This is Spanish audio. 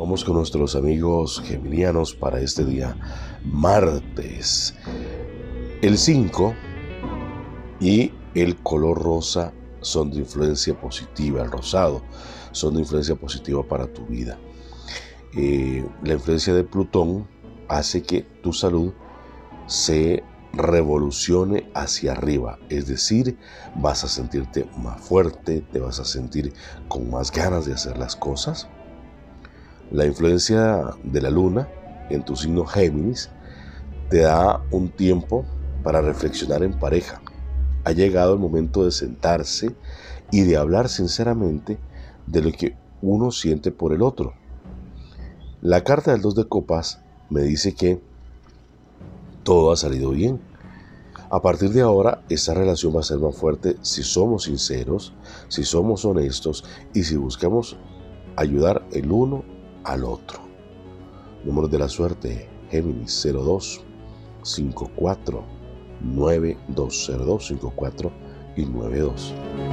Vamos con nuestros amigos geminianos para este día martes. El 5 y el color rosa son de influencia positiva, el rosado son de influencia positiva para tu vida. La influencia de Plutón hace que tu salud se revolucione hacia arriba, es decir, vas a sentirte más fuerte, te vas a sentir con más ganas de hacer las cosas. La influencia de la luna en tu signo Géminis te da un tiempo para reflexionar en pareja. Ha llegado el momento de sentarse y de hablar sinceramente de lo que uno siente por el otro. La carta del 2 de copas me dice que todo ha salido bien. A partir de ahora, esta relación va a ser más fuerte si somos sinceros, si somos honestos y si buscamos ayudar el uno al otro. Números de la suerte: Géminis 02, 54, 9202, 54 y 92.